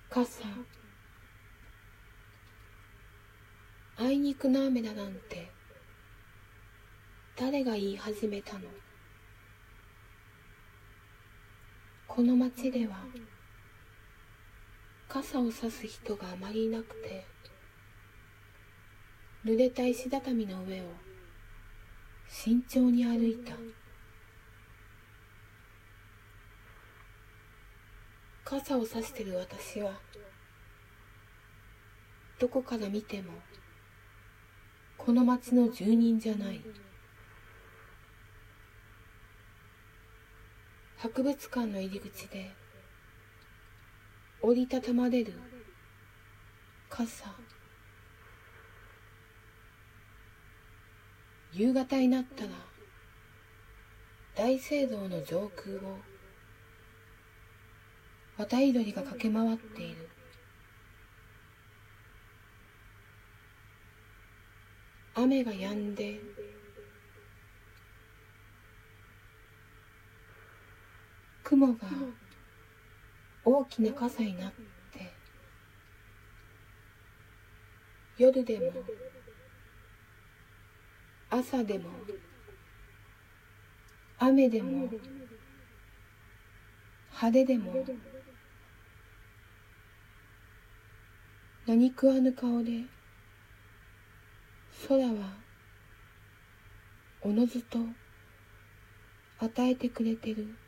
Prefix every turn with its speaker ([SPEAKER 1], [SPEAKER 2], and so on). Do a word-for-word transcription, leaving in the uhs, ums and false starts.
[SPEAKER 1] 傘、あいにくの雨だなんて誰が言い始めたの。この町では傘を差す人があまりいなくて、濡れた石畳の上を慎重に歩いた。傘を差してる私はどこから見てもこの町の住人じゃない。博物館の入り口で折りたたまれる傘。夕方になったら大聖堂の上空を渡り鳥が駆け回っている。雨が止んで雲が大きな傘になって、夜でも朝でも雨でも晴れでも何食わぬ顔で空はおのずと与えてくれてる。